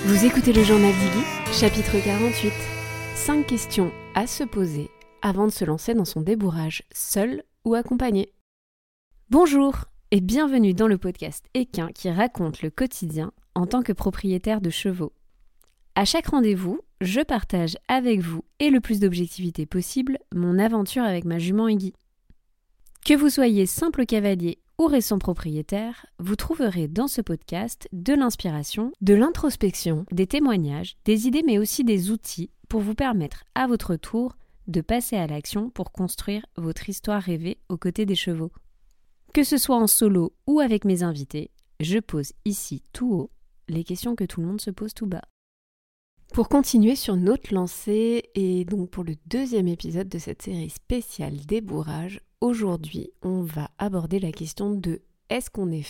Vous écoutez le journal d'Iggy, chapitre 48. 5 questions à se poser avant de se lancer dans son débourrage, seul ou accompagné. Bonjour et bienvenue dans le podcast Équin qui raconte le quotidien en tant que propriétaire de chevaux. À chaque rendez-vous, je partage avec vous et le plus d'objectivité possible mon aventure avec ma jument Iggy. Que vous soyez simple cavalier ou récent propriétaire, vous trouverez dans ce podcast de l'inspiration, de l'introspection, des témoignages, des idées mais aussi des outils pour vous permettre à votre tour de passer à l'action pour construire votre histoire rêvée aux côtés des chevaux. Que ce soit en solo ou avec mes invités, je pose ici tout haut les questions que tout le monde se pose tout bas. Pour continuer sur notre lancée et donc pour le 2e épisode de cette série spéciale débourrage, aujourd'hui on va aborder la question de est-ce qu'on est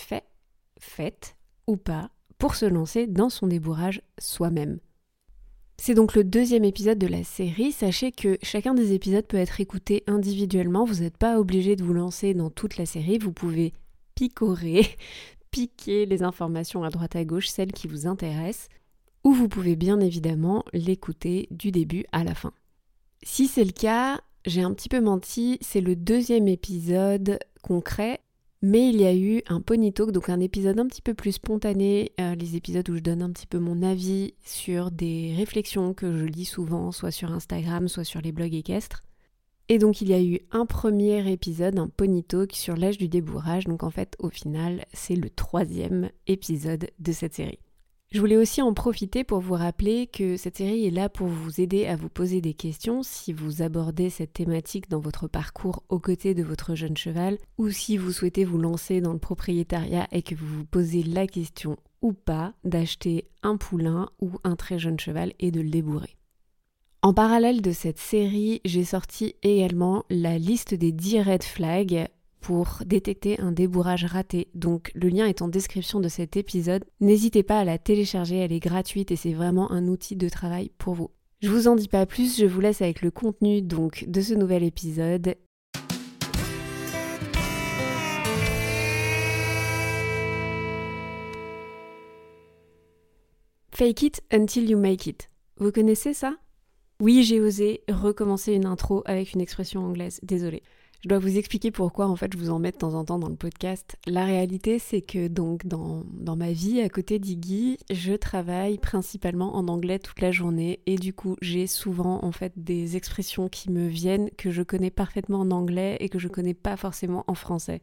faite ou pas pour se lancer dans son débourrage soi-même. C'est donc le 2e épisode de la série. Sachez que chacun des épisodes peut être écouté individuellement. Vous n'êtes pas obligé de vous lancer dans toute la série. Vous pouvez picorer, piquer les informations à droite à gauche, celles qui vous intéressent. Ou vous pouvez bien évidemment l'écouter du début à la fin. Si c'est le cas, j'ai un petit peu menti, c'est le 2e épisode concret, mais il y a eu un Pony Talk, donc un épisode un petit peu plus spontané, les épisodes où je donne un petit peu mon avis sur des réflexions que je lis souvent, soit sur Instagram, soit sur les blogs équestres. Et donc il y a eu un premier épisode, un Pony Talk sur l'âge du débourrage, donc en fait au final c'est le 3e épisode de cette série. Je voulais aussi en profiter pour vous rappeler que cette série est là pour vous aider à vous poser des questions si vous abordez cette thématique dans votre parcours aux côtés de votre jeune cheval ou si vous souhaitez vous lancer dans le propriétariat et que vous vous posez la question ou pas d'acheter un poulain ou un très jeune cheval et de le débourrer. En parallèle de cette série, j'ai sorti également la liste des 10 red flags pour détecter un débourrage raté. Donc le lien est en description de cet épisode. N'hésitez pas à la télécharger, elle est gratuite et c'est vraiment un outil de travail pour vous. Je vous en dis pas plus, je vous laisse avec le contenu donc de ce nouvel épisode. Fake it until you make it. Vous connaissez ça ? Oui, j'ai osé recommencer une intro avec une expression anglaise, désolée. Je dois vous expliquer pourquoi en fait je vous en mets de temps en temps dans le podcast. La réalité c'est que donc dans ma vie à côté d'Iggy, je travaille principalement en anglais toute la journée et du coup j'ai souvent en fait des expressions qui me viennent que je connais parfaitement en anglais et que je connais pas forcément en français.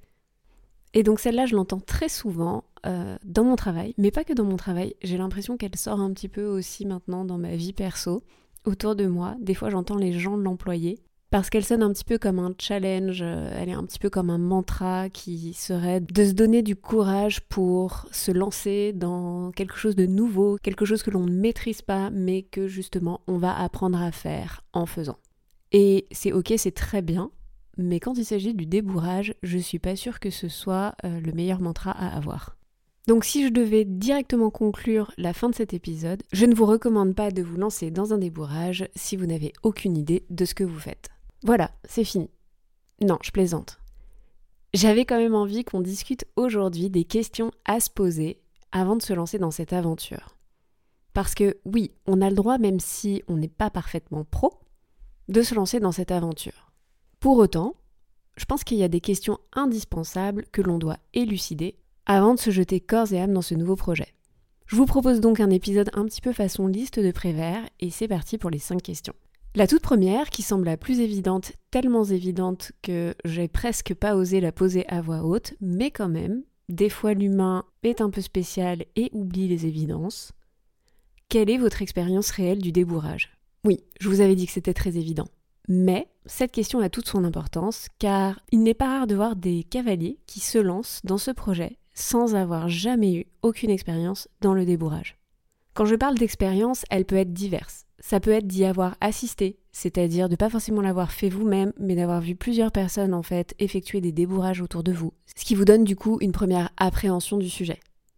Et donc celle-là je l'entends très souvent dans mon travail, mais pas que dans mon travail, j'ai l'impression qu'elle sort un petit peu aussi maintenant dans ma vie perso, autour de moi. Des fois j'entends les gens l'employer. Parce qu'elle sonne un petit peu comme un challenge, elle est un petit peu comme un mantra qui serait de se donner du courage pour se lancer dans quelque chose de nouveau, quelque chose que l'on ne maîtrise pas, mais que justement on va apprendre à faire en faisant. Et c'est ok, c'est très bien, mais quand il s'agit du débourrage, je suis pas sûre que ce soit le meilleur mantra à avoir. Donc si je devais directement conclure la fin de cet épisode, je ne vous recommande pas de vous lancer dans un débourrage si vous n'avez aucune idée de ce que vous faites. Voilà, c'est fini. Non, je plaisante. J'avais quand même envie qu'on discute aujourd'hui des questions à se poser avant de se lancer dans cette aventure. Parce que oui, on a le droit, même si on n'est pas parfaitement pro, de se lancer dans cette aventure. Pour autant, je pense qu'il y a des questions indispensables que l'on doit élucider avant de se jeter corps et âme dans ce nouveau projet. Je vous propose donc un épisode un petit peu façon liste de Prévert et c'est parti pour les 5 questions. La toute première, qui semble la plus évidente, tellement évidente que j'ai presque pas osé la poser à voix haute, mais quand même, des fois l'humain est un peu spécial et oublie les évidences. Quelle est votre expérience réelle du débourrage ? Oui, je vous avais dit que c'était très évident. Mais cette question a toute son importance, car il n'est pas rare de voir des cavaliers qui se lancent dans ce projet sans avoir jamais eu aucune expérience dans le débourrage. Quand je parle d'expérience, elle peut être diverse. Ça peut être d'y avoir assisté, c'est-à-dire de pas forcément l'avoir fait vous-même, mais d'avoir vu plusieurs personnes en fait effectuer des débourrages autour de vous, ce qui vous donne du coup une première appréhension du sujet.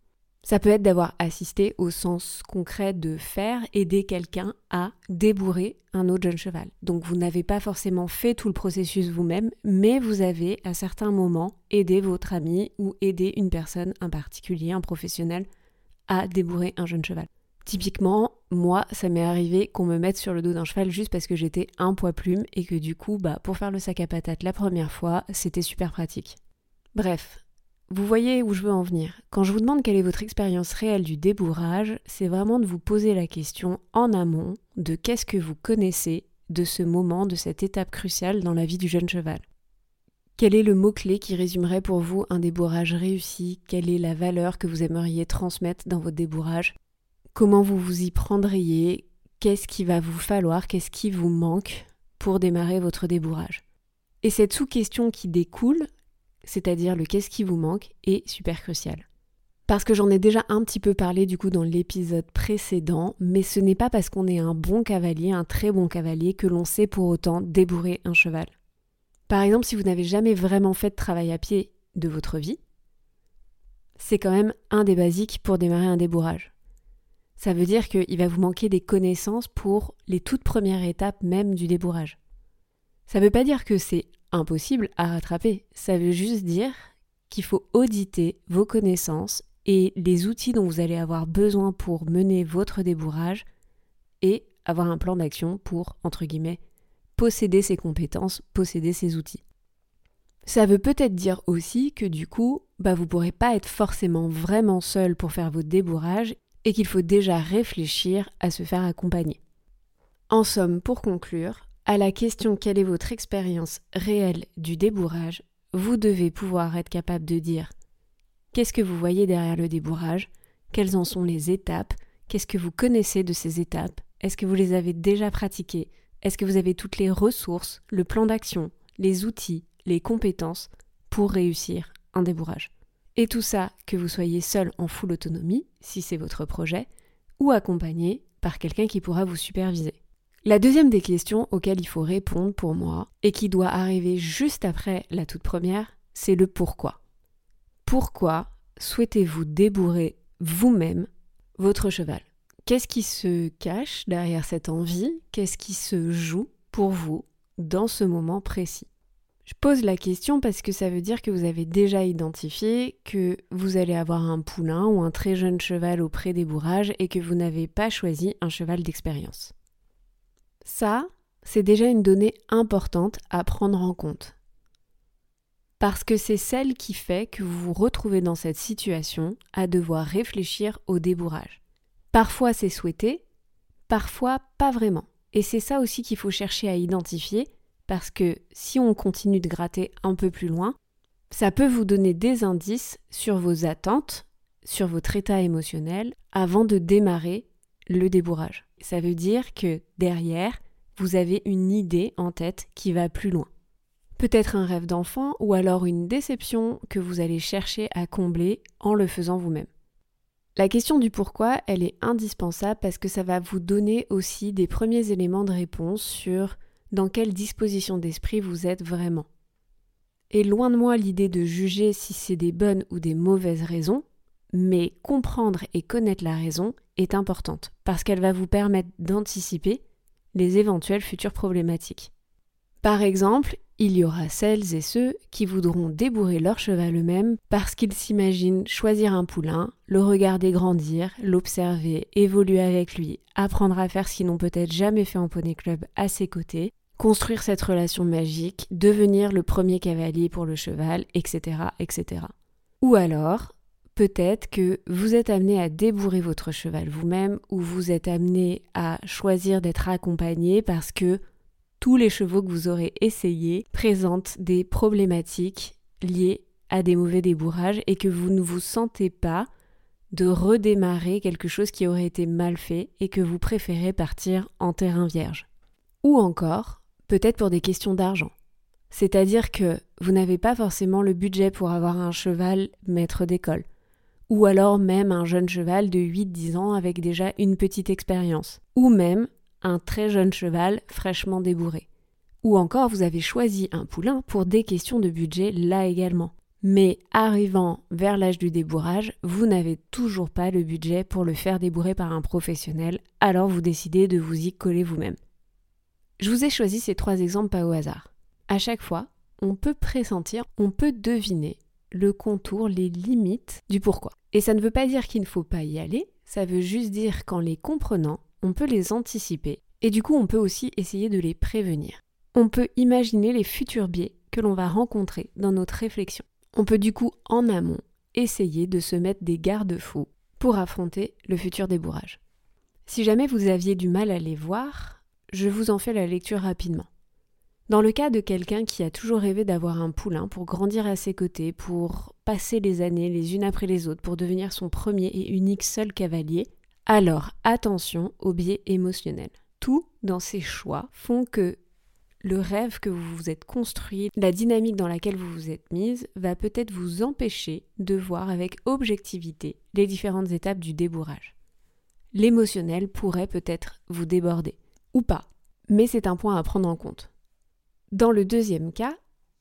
Ça peut être d'avoir assisté au sens concret de faire aider quelqu'un à débourrer un autre jeune cheval. Donc vous n'avez pas forcément fait tout le processus vous-même, mais vous avez à certains moments aidé votre ami ou aidé une personne, un particulier, un professionnel, à débourrer un jeune cheval. Typiquement, moi, ça m'est arrivé qu'on me mette sur le dos d'un cheval juste parce que j'étais un poids plume et que du coup, pour faire le sac à patates la première fois, c'était super pratique. Bref, vous voyez où je veux en venir. Quand je vous demande quelle est votre expérience réelle du débourrage, c'est vraiment de vous poser la question en amont de qu'est-ce que vous connaissez de ce moment, de cette étape cruciale dans la vie du jeune cheval. Quel est le mot-clé qui résumerait pour vous un débourrage réussi? Quelle est la valeur que vous aimeriez transmettre dans votre débourrage? Comment vous vous y prendriez? Qu'est-ce qu'il va vous falloir? Qu'est-ce qui vous manque pour démarrer votre débourrage? Et cette sous-question qui découle, c'est-à-dire le qu'est-ce qui vous manque, est super cruciale. Parce que j'en ai déjà un petit peu parlé du coup dans l'épisode précédent, mais ce n'est pas parce qu'on est un bon cavalier, un très bon cavalier, que l'on sait pour autant débourrer un cheval. Par exemple, si vous n'avez jamais vraiment fait de travail à pied de votre vie, c'est quand même un des basiques pour démarrer un débourrage. Ça veut dire qu'il va vous manquer des connaissances pour les toutes premières étapes même du débourrage. Ça ne veut pas dire que c'est impossible à rattraper, ça veut juste dire qu'il faut auditer vos connaissances et les outils dont vous allez avoir besoin pour mener votre débourrage et avoir un plan d'action pour, entre guillemets, posséder ces compétences, posséder ces outils. Ça veut peut-être dire aussi que du coup, vous ne pourrez pas être forcément vraiment seul pour faire votre débourrage et qu'il faut déjà réfléchir à se faire accompagner. En somme, pour conclure, à la question quelle est votre expérience réelle du débourrage, vous devez pouvoir être capable de dire qu'est-ce que vous voyez derrière le débourrage, quelles en sont les étapes, qu'est-ce que vous connaissez de ces étapes, est-ce que vous les avez déjà pratiquées, est-ce que vous avez toutes les ressources, le plan d'action, les outils, les compétences pour réussir un débourrage. Et tout ça, que vous soyez seul en full autonomie, si c'est votre projet, ou accompagné par quelqu'un qui pourra vous superviser. La deuxième des questions auxquelles il faut répondre pour moi, et qui doit arriver juste après la toute première, c'est le pourquoi. Pourquoi souhaitez-vous débourrer vous-même votre cheval? Qu'est-ce qui se cache derrière cette envie? Qu'est-ce qui se joue pour vous dans ce moment précis? Je pose la question parce que ça veut dire que vous avez déjà identifié que vous allez avoir un poulain ou un très jeune cheval au pré-débourrage et que vous n'avez pas choisi un cheval d'expérience. Ça, c'est déjà une donnée importante à prendre en compte. Parce que c'est celle qui fait que vous vous retrouvez dans cette situation à devoir réfléchir au débourrage. Parfois c'est souhaité, parfois pas vraiment. Et c'est ça aussi qu'il faut chercher à identifier. Parce que si on continue de gratter un peu plus loin, ça peut vous donner des indices sur vos attentes, sur votre état émotionnel, avant de démarrer le débourrage. Ça veut dire que derrière, vous avez une idée en tête qui va plus loin. Peut-être un rêve d'enfant ou alors une déception que vous allez chercher à combler en le faisant vous-même. La question du pourquoi, elle est indispensable parce que ça va vous donner aussi des premiers éléments de réponse sur dans quelle disposition d'esprit vous êtes vraiment. Et loin de moi l'idée de juger si c'est des bonnes ou des mauvaises raisons, mais comprendre et connaître la raison est importante, parce qu'elle va vous permettre d'anticiper les éventuelles futures problématiques. Par exemple, il y aura celles et ceux qui voudront débourrer leur cheval eux-mêmes parce qu'ils s'imaginent choisir un poulain, le regarder grandir, l'observer, évoluer avec lui, apprendre à faire ce qu'ils n'ont peut-être jamais fait en poney club à ses côtés, construire cette relation magique, devenir le premier cavalier pour le cheval, etc., etc. Ou alors, peut-être que vous êtes amené à débourrer votre cheval vous-même ou vous êtes amené à choisir d'être accompagné parce que tous les chevaux que vous aurez essayés présentent des problématiques liées à des mauvais débourrages et que vous ne vous sentez pas de redémarrer quelque chose qui aurait été mal fait et que vous préférez partir en terrain vierge. Ou encore, peut-être pour des questions d'argent. C'est-à-dire que vous n'avez pas forcément le budget pour avoir un cheval maître d'école. Ou alors même un jeune cheval de 8-10 ans avec déjà une petite expérience. Ou même un très jeune cheval fraîchement débourré. Ou encore vous avez choisi un poulain pour des questions de budget là également. Mais arrivant vers l'âge du débourrage, vous n'avez toujours pas le budget pour le faire débourrer par un professionnel, alors vous décidez de vous y coller vous-même. Je vous ai choisi ces 3 exemples pas au hasard. À chaque fois, on peut pressentir, on peut deviner le contour, les limites du pourquoi. Et ça ne veut pas dire qu'il ne faut pas y aller, ça veut juste dire qu'en les comprenant, on peut les anticiper et du coup on peut aussi essayer de les prévenir. On peut imaginer les futurs biais que l'on va rencontrer dans notre réflexion. On peut du coup en amont essayer de se mettre des garde-fous pour affronter le futur débourrage. Si jamais vous aviez du mal à les voir, je vous en fais la lecture rapidement. Dans le cas de quelqu'un qui a toujours rêvé d'avoir un poulain pour grandir à ses côtés, pour passer les années les unes après les autres, pour devenir son premier et unique seul cavalier, alors attention aux biais émotionnels. Tout dans ces choix font que le rêve que vous vous êtes construit, la dynamique dans laquelle vous vous êtes mise, va peut-être vous empêcher de voir avec objectivité les différentes étapes du débourrage. L'émotionnel pourrait peut-être vous déborder, ou pas, mais c'est un point à prendre en compte. Dans le deuxième cas,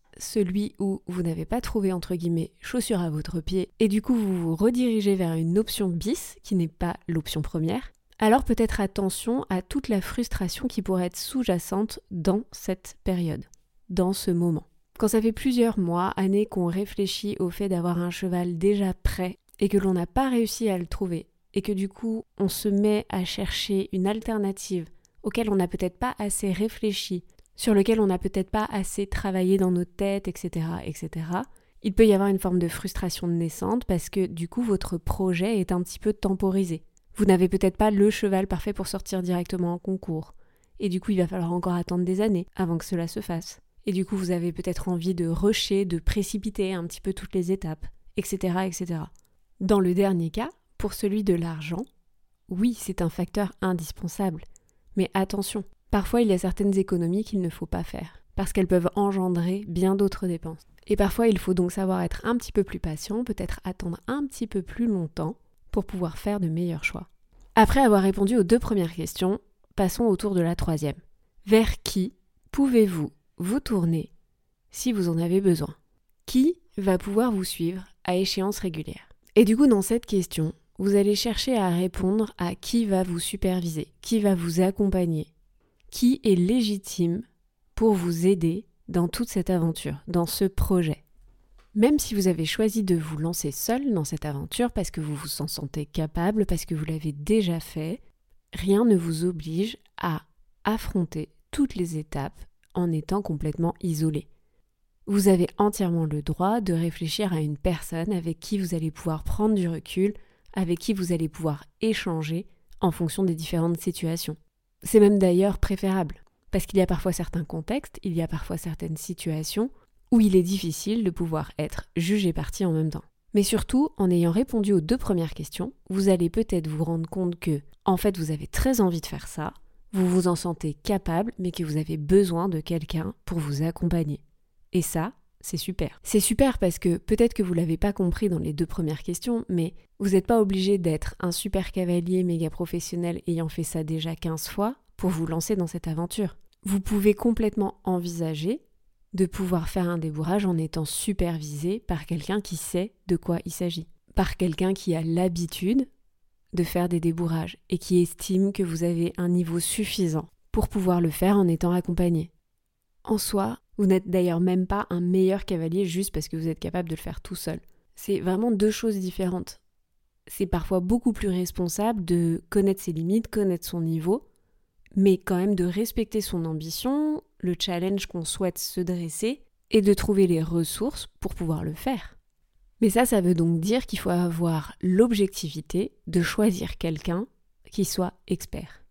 celui où vous n'avez pas trouvé entre guillemets chaussure à votre pied et du coup vous vous redirigez vers une option bis qui n'est pas l'option première, alors peut-être attention à toute la frustration qui pourrait être sous-jacente dans cette période, dans ce moment. Quand ça fait plusieurs mois, années qu'on réfléchit au fait d'avoir un cheval déjà prêt et que l'on n'a pas réussi à le trouver et que du coup on se met à chercher une alternative auquel on n'a peut-être pas assez réfléchi, sur lequel on n'a peut-être pas assez travaillé dans nos têtes, etc., etc., il peut y avoir une forme de frustration naissante parce que du coup votre projet est un petit peu temporisé. Vous n'avez peut-être pas le cheval parfait pour sortir directement en concours. Et du coup il va falloir encore attendre des années avant que cela se fasse. Et du coup vous avez peut-être envie de rusher, de précipiter un petit peu toutes les étapes, etc., etc. Dans le dernier cas, pour celui de l'argent, oui c'est un facteur indispensable. Mais attention, parfois il y a certaines économies qu'il ne faut pas faire, parce qu'elles peuvent engendrer bien d'autres dépenses. Et parfois il faut donc savoir être un petit peu plus patient, peut-être attendre un petit peu plus longtemps pour pouvoir faire de meilleurs choix. Après avoir répondu aux 2 premières questions, passons au tour de la 3e. Vers qui pouvez-vous vous tourner si vous en avez besoin? Qui va pouvoir vous suivre à échéance régulière? Et du coup dans cette question, vous allez chercher à répondre à qui va vous superviser, qui va vous accompagner, qui est légitime pour vous aider dans toute cette aventure, dans ce projet. Même si vous avez choisi de vous lancer seul dans cette aventure parce que vous vous en sentez capable, parce que vous l'avez déjà fait, rien ne vous oblige à affronter toutes les étapes en étant complètement isolé. Vous avez entièrement le droit de réfléchir à une personne avec qui vous allez pouvoir prendre du recul, avec qui vous allez pouvoir échanger en fonction des différentes situations. C'est même d'ailleurs préférable, parce qu'il y a parfois certains contextes, il y a parfois certaines situations où il est difficile de pouvoir être juge et partie en même temps. Mais surtout, en ayant répondu aux 2 premières questions, vous allez peut-être vous rendre compte que, en fait, vous avez très envie de faire ça, vous vous en sentez capable, mais que vous avez besoin de quelqu'un pour vous accompagner. Et ça, c'est super. C'est super parce que peut-être que vous ne l'avez pas compris dans les 2 premières questions, mais vous n'êtes pas obligé d'être un super cavalier méga professionnel ayant fait ça déjà 15 fois pour vous lancer dans cette aventure. Vous pouvez complètement envisager de pouvoir faire un débourrage en étant supervisé par quelqu'un qui sait de quoi il s'agit, par quelqu'un qui a l'habitude de faire des débourrages et qui estime que vous avez un niveau suffisant pour pouvoir le faire en étant accompagné. En soi, vous n'êtes d'ailleurs même pas un meilleur cavalier juste parce que vous êtes capable de le faire tout seul. C'est vraiment 2 choses différentes. C'est parfois beaucoup plus responsable de connaître ses limites, connaître son niveau, mais quand même de respecter son ambition, le challenge qu'on souhaite se dresser, et de trouver les ressources pour pouvoir le faire. Mais ça veut donc dire qu'il faut avoir l'objectivité de choisir quelqu'un qui soit expert.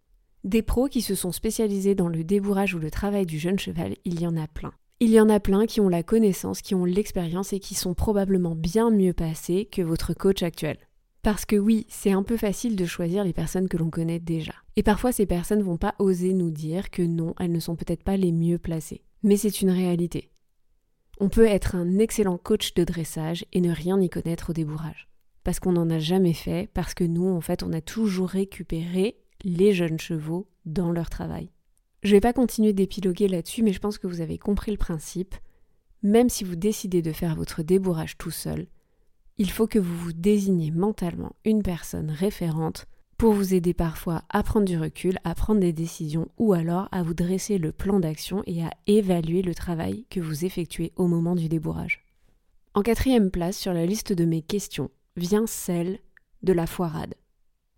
Des pros qui se sont spécialisés dans le débourrage ou le travail du jeune cheval, il y en a plein. Il y en a plein qui ont la connaissance, qui ont l'expérience et qui sont probablement bien mieux passés que votre coach actuel. Parce que oui, c'est un peu facile de choisir les personnes que l'on connaît déjà. Et parfois ces personnes vont pas oser nous dire que non, elles ne sont peut-être pas les mieux placées. Mais c'est une réalité. On peut être un excellent coach de dressage et ne rien y connaître au débourrage. Parce qu'on n'en a jamais fait, parce que nous, en fait, on a toujours récupéré les jeunes chevaux dans leur travail. Je vais pas continuer d'épiloguer là-dessus, mais je pense que vous avez compris le principe. Même si vous décidez de faire votre débourrage tout seul, il faut que vous vous désigniez mentalement une personne référente pour vous aider parfois à prendre du recul, à prendre des décisions ou alors à vous dresser le plan d'action et à évaluer le travail que vous effectuez au moment du débourrage. En 4e place sur la liste de mes questions vient celle de la foirade.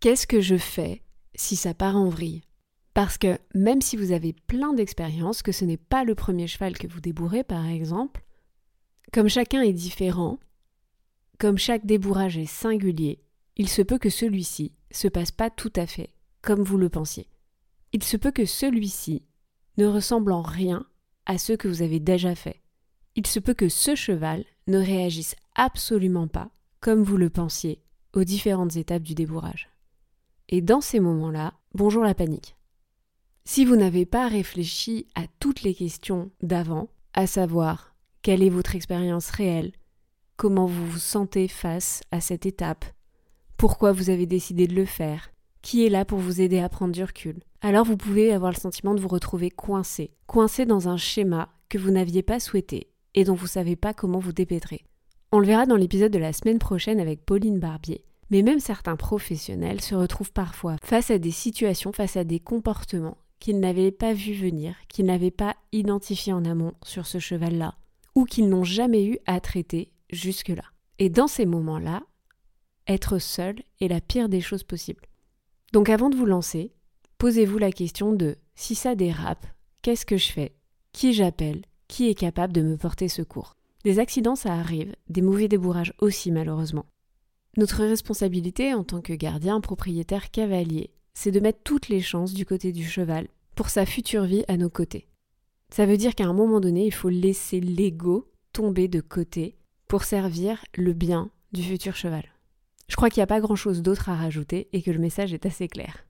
Qu'est-ce que je fais si ça part en vrille ? Parce que même si vous avez plein d'expériences, que ce n'est pas le premier cheval que vous débourrez par exemple, comme chacun est différent, comme chaque débourrage est singulier, il se peut que celui-ci se passe pas tout à fait comme vous le pensiez. Il se peut que celui-ci ne ressemble en rien à ceux que vous avez déjà faits. Il se peut que ce cheval ne réagisse absolument pas comme vous le pensiez aux différentes étapes du débourrage. Et dans ces moments-là, bonjour la panique. Si vous n'avez pas réfléchi à toutes les questions d'avant, à savoir quelle est votre expérience réelle, comment vous vous sentez face à cette étape, pourquoi vous avez décidé de le faire, qui est là pour vous aider à prendre du recul, alors vous pouvez avoir le sentiment de vous retrouver coincé dans un schéma que vous n'aviez pas souhaité et dont vous ne savez pas comment vous dépêtrer. On le verra dans l'épisode de la semaine prochaine avec Pauline Barbier. Mais même certains professionnels se retrouvent parfois face à des situations, face à des comportements qu'ils n'avaient pas vu venir, qu'ils n'avaient pas identifié en amont sur ce cheval-là, ou qu'ils n'ont jamais eu à traiter jusque-là. Et dans ces moments-là, être seul est la pire des choses possibles. Donc avant de vous lancer, posez-vous la question de « si ça dérape, qu'est-ce que je fais ? Qui j'appelle ? Qui est capable de me porter secours ?» Des accidents, ça arrive, des mauvais débourrages aussi malheureusement. Notre responsabilité en tant que gardien, propriétaire, cavalier, c'est de mettre toutes les chances du côté du cheval pour sa future vie à nos côtés. Ça veut dire qu'à un moment donné, il faut laisser l'ego tomber de côté pour servir le bien du futur cheval. Je crois qu'il n'y a pas grand-chose d'autre à rajouter et que le message est assez clair.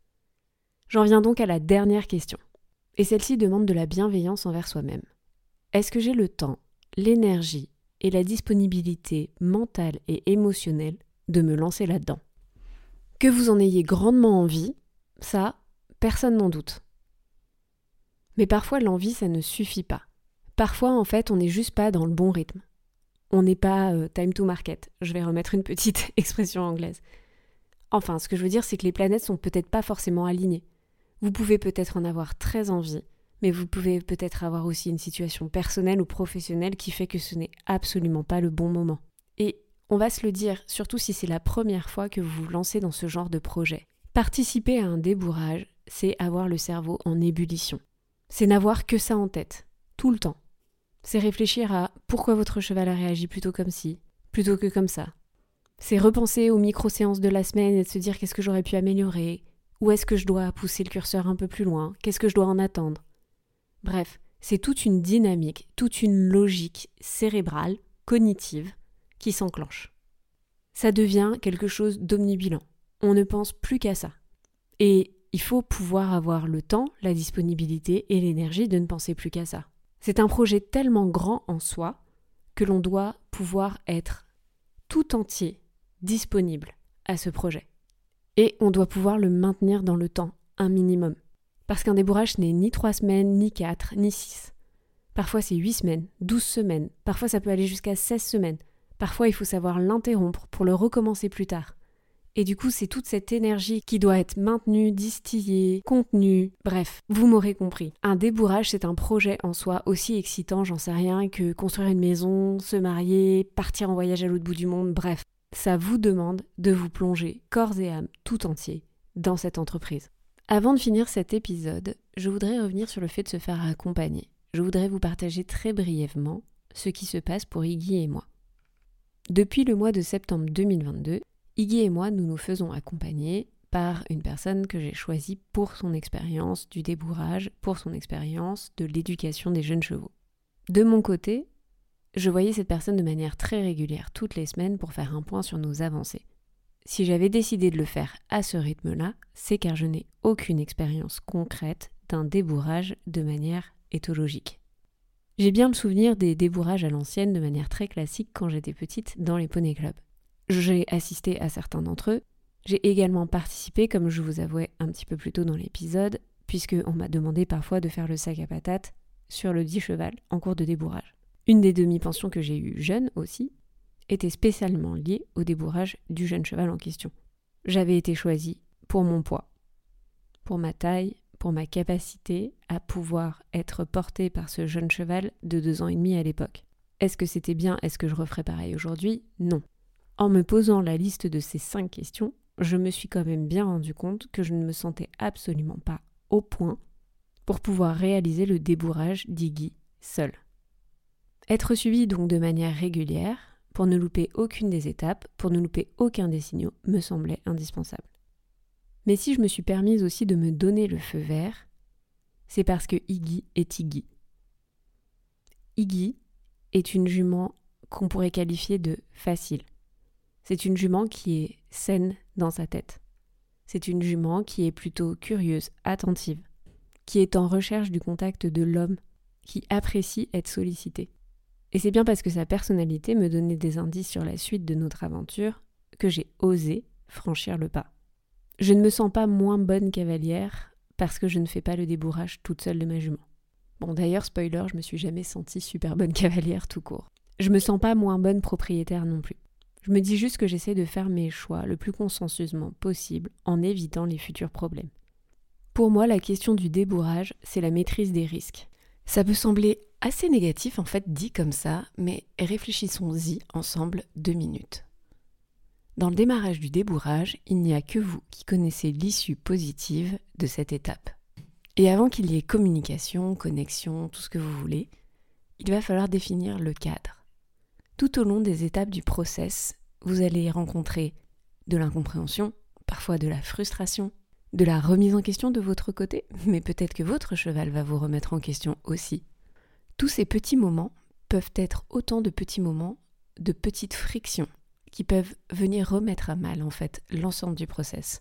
J'en viens donc à la dernière question. Et celle-ci demande de la bienveillance envers soi-même. Est-ce que j'ai le temps, l'énergie et la disponibilité mentale et émotionnelle de me lancer là-dedans? Que vous en ayez grandement envie, ça, personne n'en doute. Mais parfois l'envie, ça ne suffit pas. Parfois, en fait, on n'est juste pas dans le bon rythme. On n'est pas time to market. Je vais remettre une petite expression anglaise. Enfin, ce que je veux dire, c'est que les planètes sont peut-être pas forcément alignées. Vous pouvez peut-être en avoir très envie, mais vous pouvez peut-être avoir aussi une situation personnelle ou professionnelle qui fait que ce n'est absolument pas le bon moment. Et on va se le dire, surtout si c'est la première fois que vous vous lancez dans ce genre de projet. Participer à un débourrage, c'est avoir le cerveau en ébullition. C'est n'avoir que ça en tête, tout le temps. C'est réfléchir à pourquoi votre cheval a réagi plutôt comme ci, plutôt que comme ça. C'est repenser aux micro-séances de la semaine et de se dire qu'est-ce que j'aurais pu améliorer, où est-ce que je dois pousser le curseur un peu plus loin, qu'est-ce que je dois en attendre. Bref, c'est toute une dynamique, toute une logique cérébrale, cognitive, qui s'enclenche. Ça devient quelque chose d'omnibilant. On ne pense plus qu'à ça. Et il faut pouvoir avoir le temps, la disponibilité et l'énergie de ne penser plus qu'à ça. C'est un projet tellement grand en soi que l'on doit pouvoir être tout entier disponible à ce projet. Et on doit pouvoir le maintenir dans le temps, un minimum. Parce qu'un débourrage n'est ni 3 semaines, ni 4, ni 6. Parfois c'est 8 semaines, 12 semaines, parfois ça peut aller jusqu'à 16 semaines. Parfois il faut savoir l'interrompre pour le recommencer plus tard. Et du coup c'est toute cette énergie qui doit être maintenue, distillée, contenue, bref, vous m'aurez compris. Un débourrage c'est un projet en soi aussi excitant, j'en sais rien, que construire une maison, se marier, partir en voyage à l'autre bout du monde, bref. Ça vous demande de vous plonger corps et âme tout entier dans cette entreprise. Avant de finir cet épisode, je voudrais revenir sur le fait de se faire accompagner. Je voudrais vous partager très brièvement ce qui se passe pour Iggy et moi. Depuis le mois de septembre 2022, Iggy et moi, nous nous faisons accompagner par une personne que j'ai choisie pour son expérience du débourrage, pour son expérience de l'éducation des jeunes chevaux. De mon côté, je voyais cette personne de manière très régulière toutes les semaines pour faire un point sur nos avancées. Si j'avais décidé de le faire à ce rythme-là, c'est car je n'ai aucune expérience concrète d'un débourrage de manière éthologique. J'ai bien le souvenir des débourrages à l'ancienne de manière très classique quand j'étais petite dans les poney clubs. J'ai assisté à certains d'entre eux. J'ai également participé, comme je vous avouais un petit peu plus tôt dans l'épisode, puisqu'on m'a demandé parfois de faire le sac à patates sur le dit cheval en cours de débourrage. Une des demi-pensions que j'ai eues jeune aussi était spécialement liée au débourrage du jeune cheval en question. J'avais été choisie pour mon poids, pour ma taille, pour ma capacité à pouvoir être portée par ce jeune cheval de 2 ans et demi à l'époque. Est-ce que c'était bien ? Est-ce que je referais pareil aujourd'hui ? Non. En me posant la liste de ces 5 questions, je me suis quand même bien rendu compte que je ne me sentais absolument pas au point pour pouvoir réaliser le débourrage d'Iggy seul. Être suivi donc de manière régulière, pour ne louper aucune des étapes, pour ne louper aucun des signaux, me semblait indispensable. Mais si je me suis permise aussi de me donner le feu vert, c'est parce que Iggy est Iggy. Iggy est une jument qu'on pourrait qualifier de facile. C'est une jument qui est saine dans sa tête. C'est une jument qui est plutôt curieuse, attentive, qui est en recherche du contact de l'homme, qui apprécie être sollicité. Et c'est bien parce que sa personnalité me donnait des indices sur la suite de notre aventure que j'ai osé franchir le pas. Je ne me sens pas moins bonne cavalière parce que je ne fais pas le débourrage toute seule de ma jument. Bon, d'ailleurs, spoiler, je me suis jamais sentie super bonne cavalière tout court. Je me sens pas moins bonne propriétaire non plus. Je me dis juste que j'essaie de faire mes choix le plus consensueusement possible en évitant les futurs problèmes. Pour moi, la question du débourrage, c'est la maîtrise des risques. Ça peut sembler assez négatif en fait dit comme ça, mais réfléchissons-y ensemble 2 minutes. Dans le démarrage du débourrage, il n'y a que vous qui connaissez l'issue positive de cette étape. Et avant qu'il y ait communication, connexion, tout ce que vous voulez, il va falloir définir le cadre. Tout au long des étapes du process, vous allez rencontrer de l'incompréhension, parfois de la frustration, de la remise en question de votre côté, mais peut-être que votre cheval va vous remettre en question aussi. Tous ces petits moments peuvent être autant de petits moments, de petites frictions qui peuvent venir remettre à mal en fait l'ensemble du process.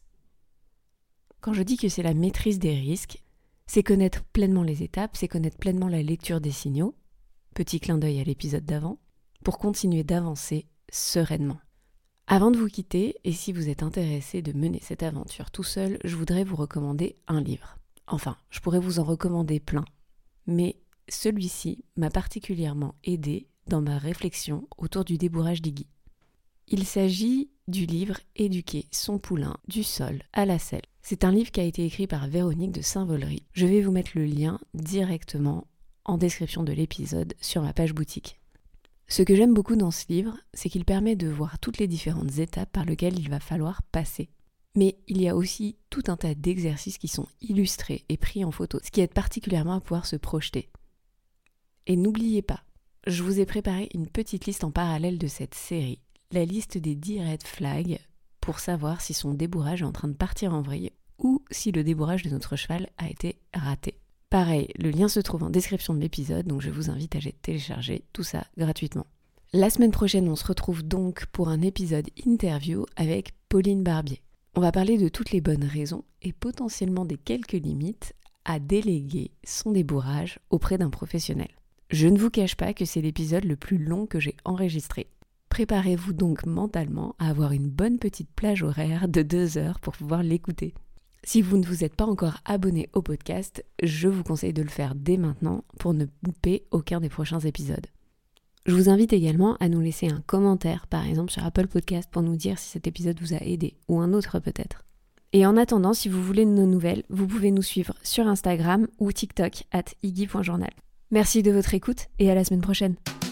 Quand je dis que c'est la maîtrise des risques, c'est connaître pleinement les étapes, c'est connaître pleinement la lecture des signaux, petit clin d'œil à l'épisode d'avant, pour continuer d'avancer sereinement. Avant de vous quitter, et si vous êtes intéressé de mener cette aventure tout seul, je voudrais vous recommander un livre. Enfin, je pourrais vous en recommander plein, mais celui-ci m'a particulièrement aidé dans ma réflexion autour du débourrage d'Iggy. Il s'agit du livre « Éduquer son poulain du sol à la selle ». C'est un livre qui a été écrit par Véronique de Saint-Volery. Je vais vous mettre le lien directement en description de l'épisode sur ma page boutique. Ce que j'aime beaucoup dans ce livre, c'est qu'il permet de voir toutes les différentes étapes par lesquelles il va falloir passer. Mais il y a aussi tout un tas d'exercices qui sont illustrés et pris en photo, ce qui aide particulièrement à pouvoir se projeter. Et n'oubliez pas, je vous ai préparé une petite liste en parallèle de cette série, la liste des 10 red flags pour savoir si son débourrage est en train de partir en vrille ou si le débourrage de notre cheval a été raté. Pareil, le lien se trouve en description de l'épisode, donc je vous invite à télécharger tout ça gratuitement. La semaine prochaine, on se retrouve donc pour un épisode interview avec Pauline Barbier. On va parler de toutes les bonnes raisons et potentiellement des quelques limites à déléguer son débourrage auprès d'un professionnel. Je ne vous cache pas que c'est l'épisode le plus long que j'ai enregistré. Préparez-vous donc mentalement à avoir une bonne petite plage horaire de 2 heures pour pouvoir l'écouter. Si vous ne vous êtes pas encore abonné au podcast, je vous conseille de le faire dès maintenant pour ne louper aucun des prochains épisodes. Je vous invite également à nous laisser un commentaire, par exemple sur Apple Podcast, pour nous dire si cet épisode vous a aidé, ou un autre peut-être. Et en attendant, si vous voulez de nos nouvelles, vous pouvez nous suivre sur Instagram ou TikTok @iggy.journal. Merci de votre écoute et à la semaine prochaine.